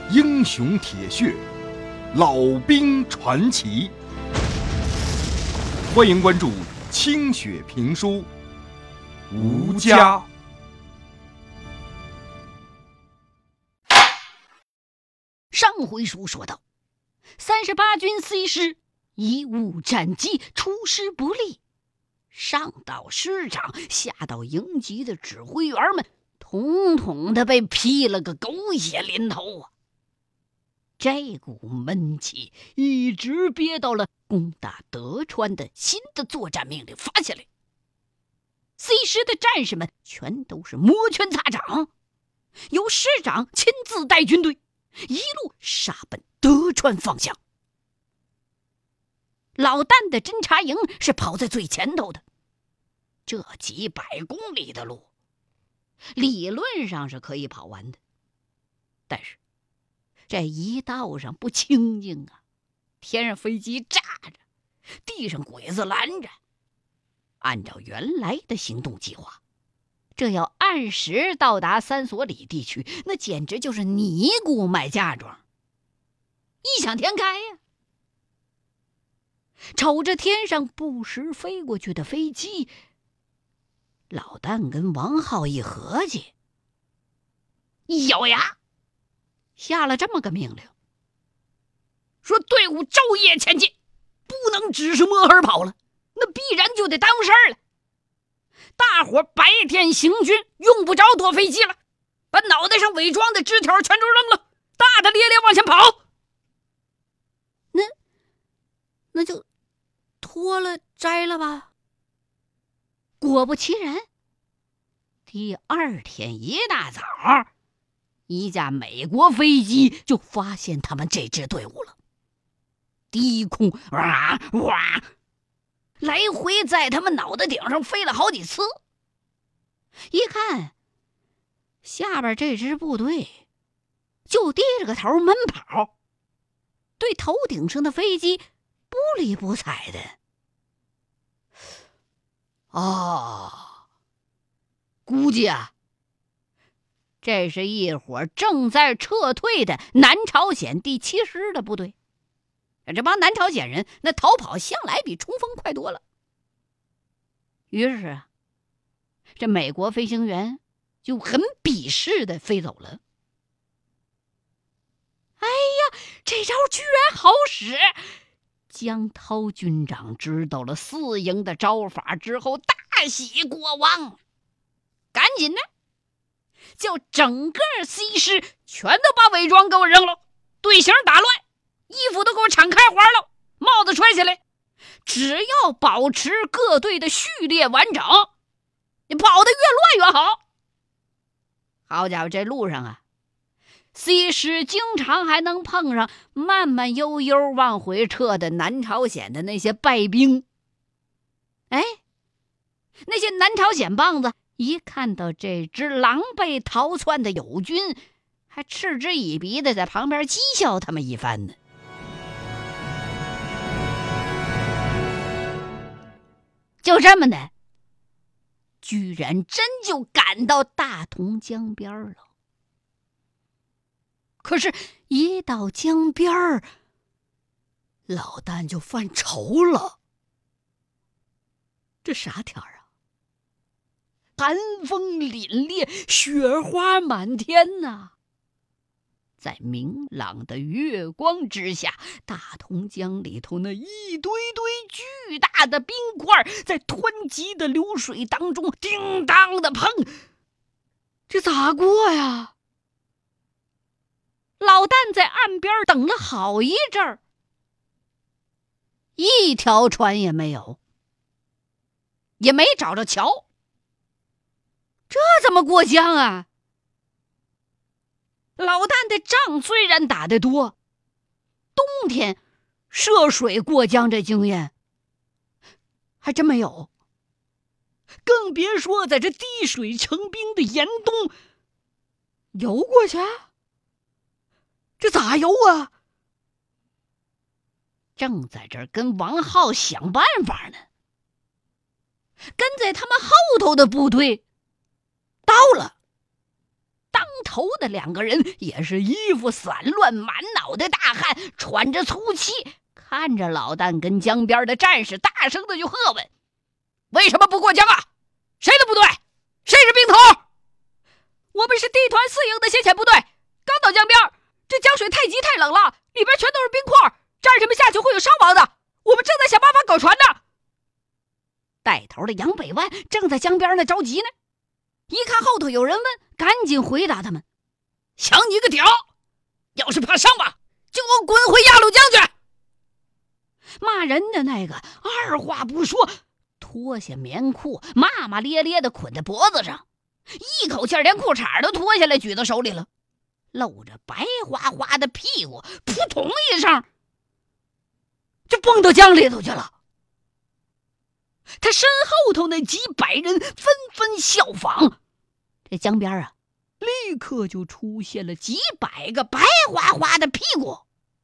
英雄铁血，老兵传奇。欢迎关注清雪评书《吴家》。 上回书说到，38军 C 师贻误战机，出师不利，上到师长，下到营级的指挥员们，统统的被劈了个狗血淋头啊！这股闷气一直憋到了攻打德川的新的作战命令发下来。C 师的战士们全都是摩拳擦掌，由师长亲自带军队，一路杀奔德川方向。老旦的侦察营是跑在最前头的，这几百公里的路，理论上是可以跑完的，但是这一道上不清静啊，天上飞机炸着，地上鬼子拦着。按照原来的行动计划，这要按时到达三所里地区，那简直就是尼姑买嫁妆，异想天开呀！瞅着天上不时飞过去的飞机，老旦跟王浩一合计，一咬牙下了这么个命令，说队伍昼夜前进，不能只是摸黑跑了，那必然就得耽误事儿了。大伙白天行军用不着躲飞机了，把脑袋上伪装的枝条全都扔了，大大咧咧往前跑。那就脱了摘了吧。果不其然，第二天一大早，一架美国飞机就发现他们这支队伍了，低空哇哇来回在他们脑袋顶上飞了好几次。一看下边这支部队就低着个头闷跑，对头顶上的飞机不理不睬的。估计啊，这是一伙正在撤退的南朝鲜第7师的部队。这帮南朝鲜人那逃跑向来比冲锋快多了。于是啊，这美国飞行员就很鄙视的飞走了。哎呀，这招居然好使！江涛军长知道了4营的招法之后，大喜过望，赶紧呢叫整个 C 师全都把伪装给我扔了，队形打乱，衣服都给我敞开花了，帽子揣起来，只要保持各队的序列完整，你跑得越乱越好。好家伙，这路上啊，C 师经常还能碰上慢慢悠悠往回撤的南朝鲜的那些败兵。那些南朝鲜棒子一看到这支狼狈逃窜的友军，还嗤之以鼻的在旁边讥笑他们一番呢。就这么的，居然真就赶到大同江边了。可是一到江边儿，老旦就犯愁了。这啥天儿啊？寒风凛冽，雪花满天呐！在明朗的月光之下，大同江里头那一堆堆巨大的冰块在湍急的流水当中叮当的碰，这咋过呀？老旦在岸边等了好一阵儿，一条船也没有，也没找着桥，这怎么过江啊？老旦的仗虽然打得多，冬天涉水过江这经验还真没有，更别说在这滴水成冰的严冬游过去。这咋游啊？正在这儿跟王浩想办法呢，跟在他们后头的部队到了，当头头的2个人也是衣服散乱，满脑袋大汗，喘着粗气，看着老旦跟江边的战士，大声的就喝问：为什么不过江啊？谁的部队？谁是兵头？我们是地团4营的先遣部队，刚到江边，这江水太急太冷了，里边全都是冰块，战士们下去会有伤亡的，我们正在想办法搞船呢。带头的杨北万正在江边那着急呢，一看后头有人问，赶紧回答他们：想你个屌！要是怕伤吧，就给我滚回鸭绿江去！骂人的那个二话不说，脱下棉裤，骂骂咧咧的捆在脖子上，一口气连裤衩都脱下来举到手里了，露着白花花的屁股，扑通一声就蹦到江里头去了。他身后头那几百人纷纷效仿，这江边啊，立刻就出现了几百个白花花的屁股，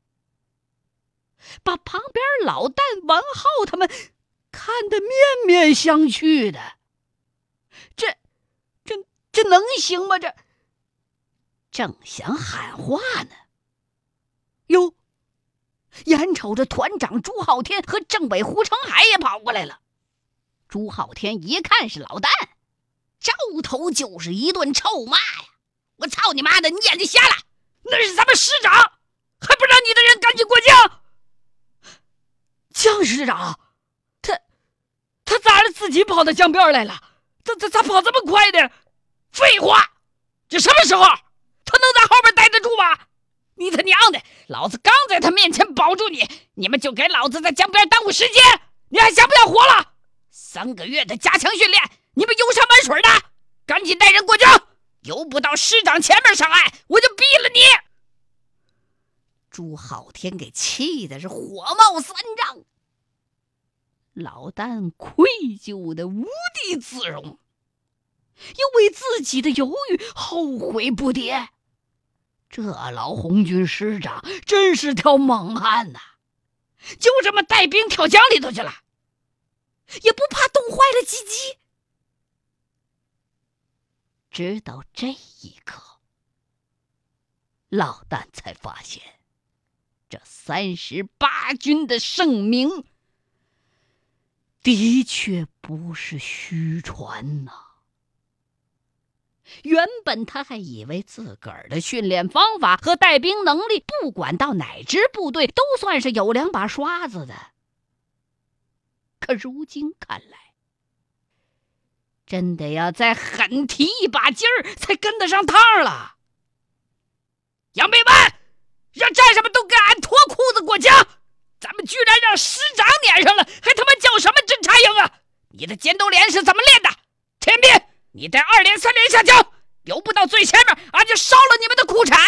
把旁边老旦、王浩他们看得面面相觑的。这能行吗？这正想喊话呢，哟，眼瞅着团长朱浩天和政委胡成海也跑过来了。朱浩天一看是老旦，招头就是一顿臭骂呀！我操你妈的，你眼睛瞎了？那是咱们师长，还不让你的人赶紧过江？江师长，他咋了自己跑到江边来了？咋跑这么快的？废话，这什么时候？他能在后边待得住吗？你他娘的，老子刚在他面前保住你，你们就给老子在江边耽误时间，你还想不想活了？3个月的加强训练，你们游山玩水的，赶紧带人过江，游不到师长前面上岸，我就毙了你！朱浩天给气的是火冒三丈，老旦愧疚的无地自容，又为自己的犹豫后悔不迭。这老红军师长真是条猛汉呐，就这么带兵跳江里头去了，也不怕冻坏了鸡鸡。直到这一刻，老旦才发现，这38军的盛名的确不是虚传呐。原本他还以为自个儿的训练方法和带兵能力，不管到哪支部队都算是有2把刷子的，可如今看来，真得要再狠提一把劲儿才跟得上趟了。杨北万，让战士们都给俺脱裤子过江！咱们居然让师长撵上了，还他妈叫什么侦察营啊？你的尖斗连是怎么练的？陈斌，你带2连、3连下江，游不到最前面，俺就烧了你们的裤衩！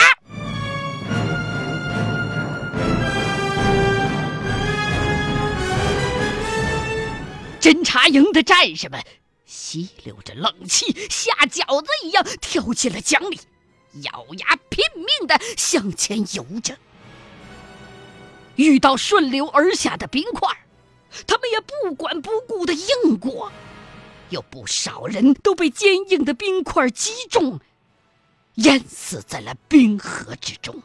侦察营的战士们吸溜着冷气，下饺子一样跳进了江里，咬牙拼命地向前游着。遇到顺流而下的冰块，他们也不管不顾地硬过，有不少人都被坚硬的冰块击中，淹死在了冰河之中。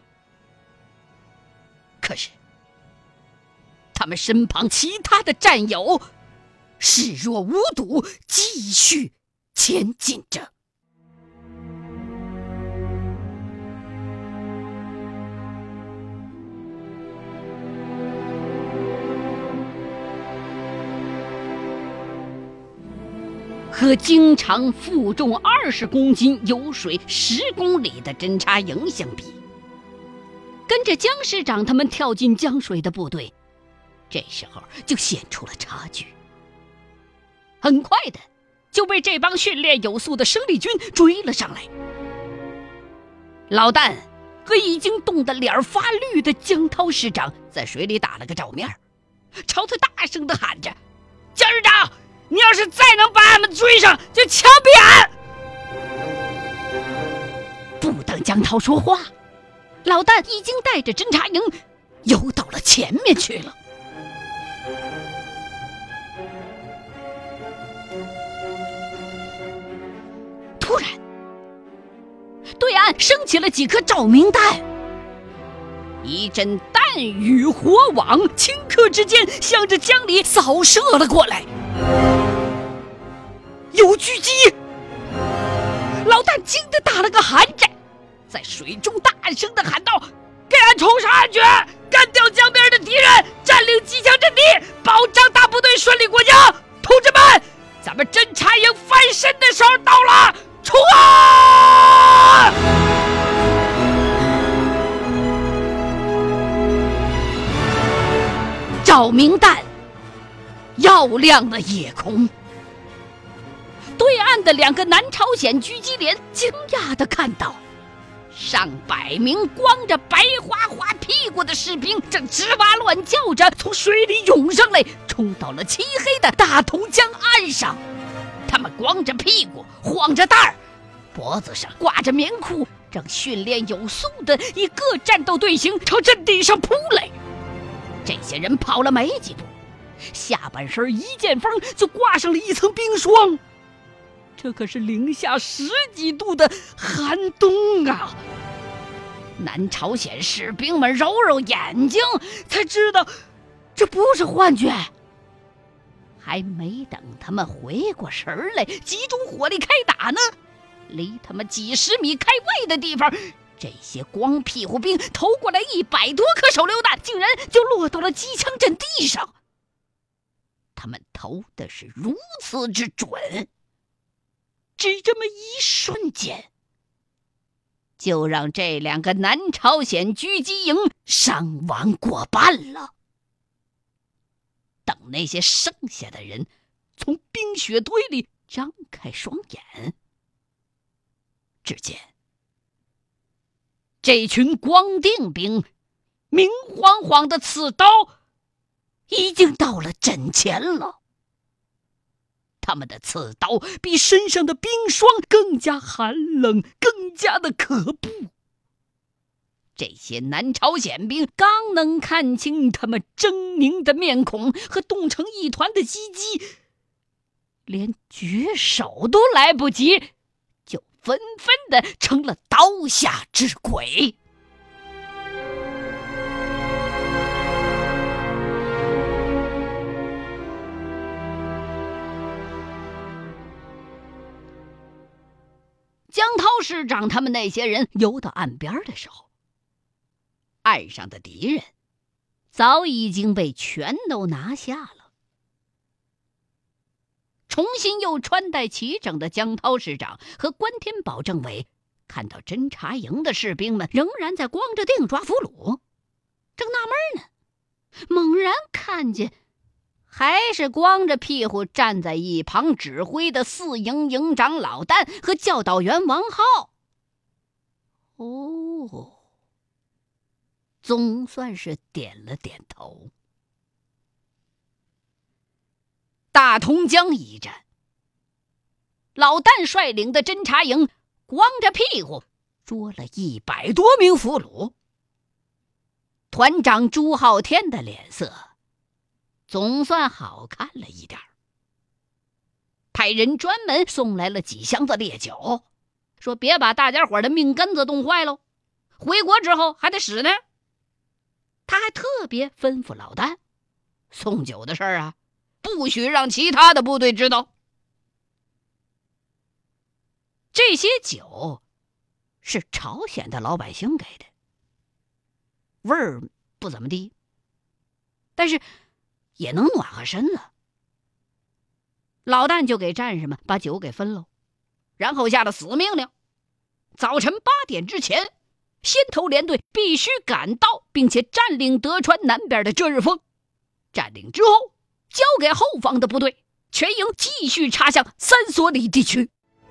可是他们身旁其他的战友视若无睹，继续前进着。和经常负重20公斤游水10公里的侦察营相比，跟着江师长他们跳进江水的部队，这时候就显出了差距。很快的就被这帮训练有素的生力军追了上来。老旦和已经冻得脸发绿的江涛师长在水里打了个照面，朝他大声地喊着：江师长，你要是再能把俺们追上，就枪毙俺！不等江涛说话，老旦已经带着侦察营游到了前面去了。突然，对岸岸升起了几颗照明弹，一阵弹雨火网顷刻之间向着江里扫射了过来。有狙击！老旦惊得打了个寒战，在水中大声地喊道：“给俺冲上岸去，干掉江边的敌人，占领机枪阵地，保障大部队顺利过江！同志们，咱们侦察营翻身的时候到了，冲啊！”照明弹耀亮了夜空。对岸的2个南朝鲜狙击连惊讶地看到，上百名光着白花花屁股的士兵正吱哇乱叫着从水里涌上来，冲到了漆黑的大同江岸上。他们光着屁股，晃着蛋儿，脖子上挂着棉裤，正训练有素的以各战斗队形朝阵地上扑来。这些人跑了没几步，下半身一见风就挂上了一层冰霜。这可是零下10几度的寒冬啊！南朝鲜士兵们揉揉眼睛，才知道这不是幻觉。还没等他们回过神来，集中火力开打呢，离他们几十米开外的地方，这些光屁股兵投过来100多颗手榴弹，竟然就落到了机枪阵地上。他们投的是如此之准，只这么一瞬间，就让这2个南朝鲜狙击营伤亡过半了。等那些剩下的人从冰雪堆里张开双眼，只见这群光腚兵明晃晃的刺刀已经到了阵前了。他们的刺刀比身上的冰霜更加寒冷，更加的可怖。这些南朝鲜兵刚能看清他们狰狞的面孔和冻成一团的鸡鸡，连举手都来不及，就纷纷的成了刀下之鬼。江涛师长他们那些人游到岸边的时候，岸上的敌人早已经被全都拿下了。重新又穿戴齐整的江涛师长和关天宝政委看到侦察营的士兵们仍然在光着腚抓俘虏，正纳闷呢，猛然看见还是光着屁股站在一旁指挥的4营营长老旦和教导员王浩。哦，总算是点了点头。大同江一战，老旦率领的侦察营光着屁股捉了100多名俘虏。团长朱浩天的脸色总算好看了一点，派人专门送来了几箱子烈酒，说别把大家伙的命根子冻坏喽，回国之后还得使呢。他还特别吩咐老旦，送酒的事儿啊，不许让其他的部队知道。这些酒是朝鲜的老百姓给的，味儿不怎么地，但是也能暖和身子。老旦就给战士们把酒给分喽，然后下了死命令，早晨8点之前，先头连队必须赶到，并且占领德川南边的遮日峰。占领之后，交给后方的部队，全营继续插向三所里地区。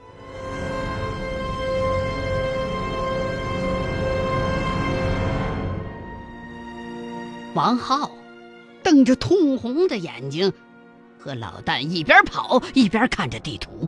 王浩瞪着通红的眼睛，和老旦一边跑一边看着地图。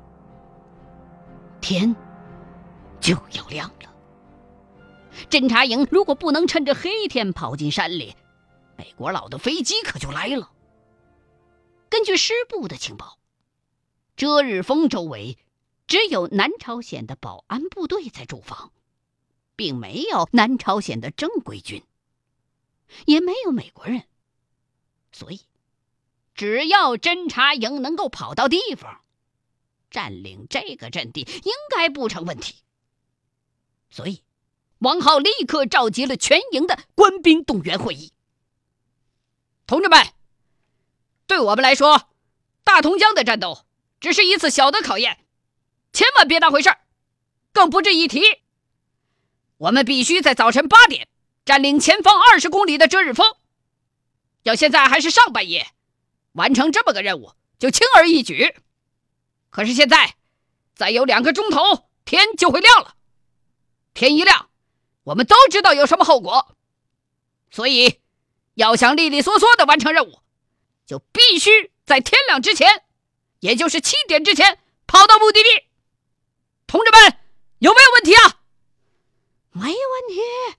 天就要亮了，侦察营如果不能趁着黑天跑进山里，美国佬的飞机可就来了。根据师部的情报，遮日峰周围只有南朝鲜的保安部队在驻防，并没有南朝鲜的正规军，也没有美国人，所以只要侦察营能够跑到地方，占领这个阵地应该不成问题。所以王浩立刻召集了全营的官兵动员会议。同志们，对我们来说，大同江的战斗只是一次小的考验，千万别当回事，更不值一提。我们必须在早晨8点占领前方20公里的遮日峰。要现在还是上半夜，完成这么个任务就轻而易举。可是现在再有2个钟头，天就会亮了。天一亮，我们都知道有什么后果。所以要想利利索索地完成任务，就必须在天亮之前，也就是7点之前跑到目的地。同志们，有没有问题啊？没问题。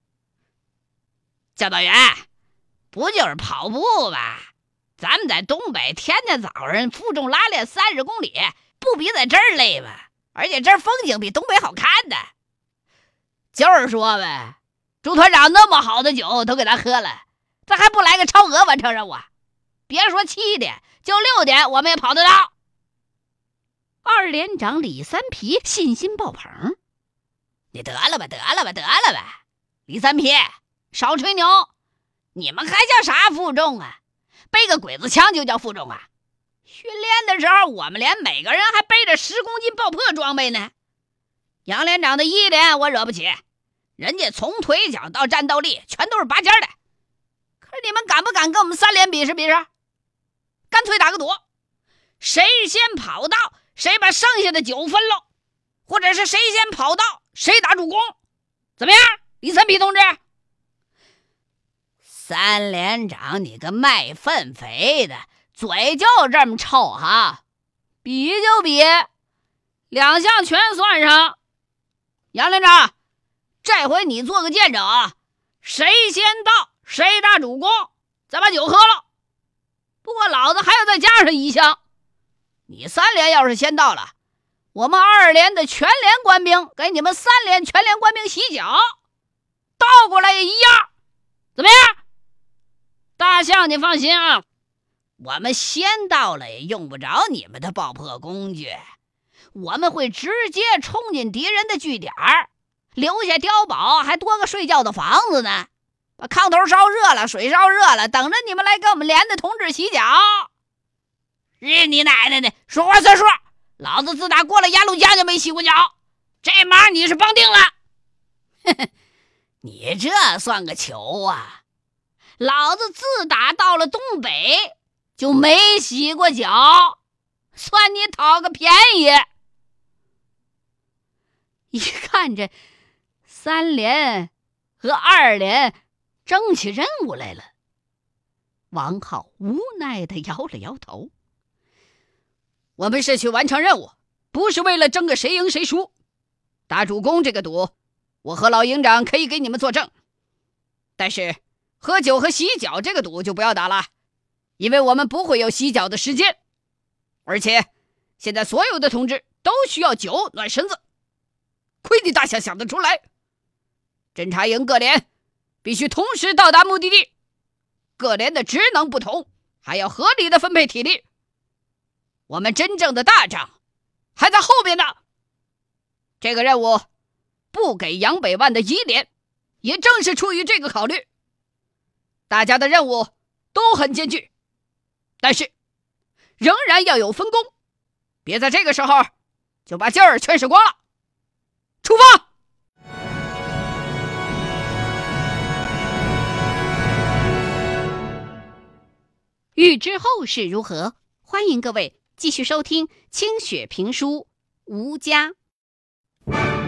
教导员，不就是跑步吗？咱们在东北天天早上负重拉练30公里，不比在这儿累吗？而且这儿风景比东北好看的。就是说呗，朱团长那么好的酒都给他喝了，他还不来个超额完成任务啊？别说7点，就6点我们也跑得到。2连长李三皮信心爆棚。你得了吧，李三皮，少吹牛，你们还叫啥负重啊？背个鬼子枪就叫负重啊？训练的时候我们连每个人还背着10公斤爆破装备呢。杨连长的1连我惹不起，人家从腿脚到战斗力全都是拔尖的。可是你们敢不敢跟我们3连比试比试？干脆打个赌，谁先跑到谁把剩下的9分喽，或者是谁先跑到谁打主攻，怎么样，李三皮同志？3连长你个卖粪肥的，嘴就这么臭哈！比就比，2项全算上。杨连长，这回你做个见证啊，谁先到谁打主攻，再把酒喝了。不过老子还要再加上1项，你3连要是先到了，我们2连的全连官兵给你们3连全连官兵洗脚，倒过来也一样，怎么样？大象你放心啊，我们先到了也用不着你们的爆破工具，我们会直接冲进敌人的据点，留下碉堡，还多个睡觉的房子呢，把炕头烧热了，水烧热了，等着你们来给我们连的同志洗脚。日你奶奶的，说话算数，老子自打过了鸭绿江就没洗过脚，这忙你是帮定了。你这算个球啊，老子自打到了东北就没洗过脚，算你讨个便宜。一看这3连和2连争起任务来了，王浩无奈地摇了摇头。我们是去完成任务，不是为了争个谁赢谁输。打主攻这个赌，我和老营长可以给你们作证，但是喝酒和洗脚这个赌就不要打了，因为我们不会有洗脚的时间，而且现在所有的同志都需要酒暖身子。亏你大象想得出来！侦察营各连必须同时到达目的地，各连的职能不同，还要合理的分配体力。我们真正的大仗还在后边呢。这个任务不给杨北万的1连，也正是出于这个考虑。大家的任务都很艰巨，但是仍然要有分工，别在这个时候就把劲儿全使光了。出发！欲知后事如何，欢迎各位继续收听清雪评书《吴家》。